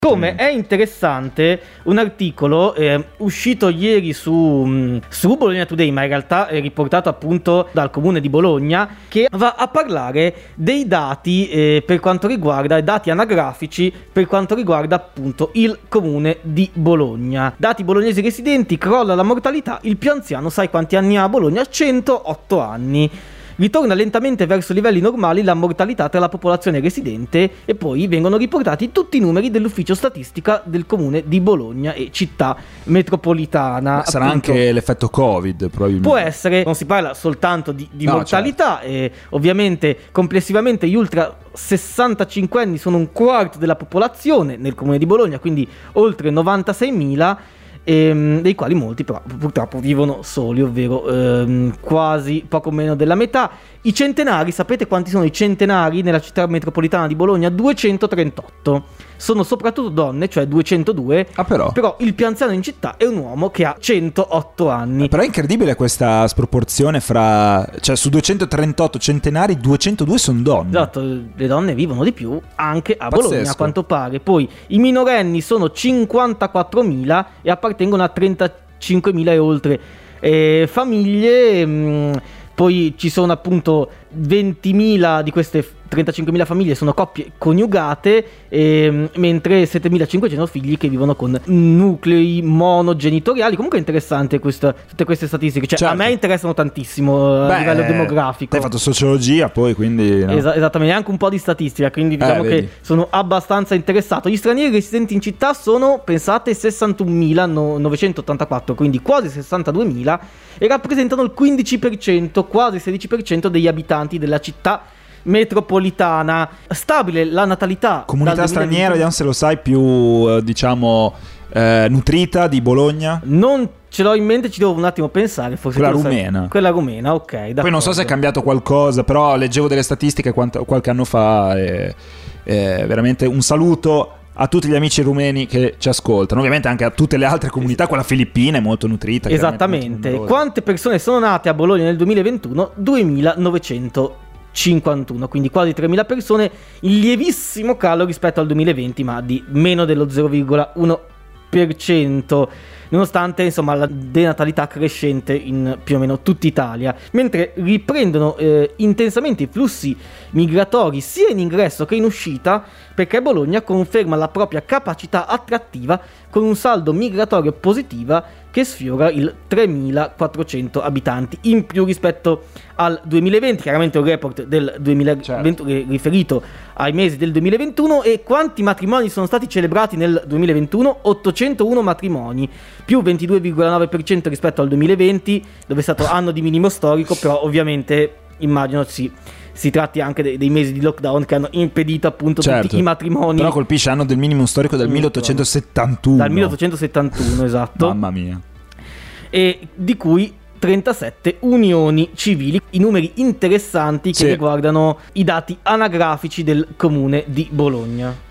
Come è interessante un articolo uscito ieri su Bologna Today, ma in realtà è riportato appunto dal comune di Bologna, che va a parlare dei dati per quanto riguarda i dati anagrafici per quanto riguarda appunto il comune di Bologna. Dati bolognesi residenti, crolla la mortalità, il più anziano, sai quanti anni ha Bologna? 108 anni. Ritorna lentamente verso livelli normali la mortalità tra la popolazione residente e poi vengono riportati tutti i numeri dell'ufficio statistica del comune di Bologna e città metropolitana. Ma sarà appunto anche l'effetto Covid, probabilmente. Può essere, non si parla soltanto di mortalità, certo. E ovviamente complessivamente gli ultra 65 anni sono un quarto della popolazione nel comune di Bologna, quindi oltre 96.000. Dei quali molti però purtroppo vivono soli, ovvero quasi poco meno della metà. I centenari, sapete quanti sono i centenari nella città metropolitana di Bologna? 238. Sono soprattutto donne, cioè 202. Però il più anziano in città è un uomo che ha 108 anni. Però è incredibile questa sproporzione fra, cioè su 238 centenari 202 sono donne. Esatto, le donne vivono di più anche a Pazzesco. Bologna a quanto pare. Poi i minorenni sono 54.000 e appartengono a 35.000 e oltre famiglie. Poi ci sono appunto 20.000 di queste 35.000 famiglie sono coppie coniugate, mentre 7.500 figli che vivono con nuclei monogenitoriali. Comunque è interessante tutte queste statistiche, cioè certo. A me interessano tantissimo a livello demografico. Hai fatto sociologia poi, quindi no? Esattamente, anche un po' di statistica, quindi diciamo che sono abbastanza interessato. Gli stranieri residenti in città sono, pensate, 61.984, quindi quasi 62.000, e rappresentano il 15%, quasi 16% degli abitanti della città metropolitana. Stabile la natalità. Comunità straniera, vediamo se lo sai, più diciamo nutrita di Bologna. Non ce l'ho in mente, ci devo un attimo pensare. Forse quella rumena. Quella rumena, ok, d'accordo. Poi non so se è cambiato qualcosa, però leggevo delle statistiche qualche anno fa veramente un saluto a tutti gli amici rumeni che ci ascoltano, ovviamente anche a tutte le altre comunità. Quella filippina è molto nutrita. Esattamente. Quante persone sono nate a Bologna nel 2021? 2.951, quindi quasi 3.000 persone, in lievissimo calo rispetto al 2020, ma di meno dello 0,1%, nonostante insomma la denatalità crescente in più o meno tutta Italia. Mentre riprendono intensamente i flussi migratori sia in ingresso che in uscita, perché Bologna conferma la propria capacità attrattiva con un saldo migratorio positiva che sfiora il 3.400 abitanti in più rispetto al 2020. Chiaramente un report del 2020, certo, riferito ai mesi del 2021. E quanti matrimoni sono stati celebrati nel 2021? 801 matrimoni, più 22,9% rispetto al 2020, dove è stato anno di minimo storico, però ovviamente immagino si tratti anche dei mesi di lockdown che hanno impedito appunto, certo, tutti i matrimoni. Però colpisce anno del minimo storico del 1871. Dal 1871, esatto. Mamma mia. E di cui 37 unioni civili. I numeri interessanti che riguardano i dati anagrafici del comune di Bologna.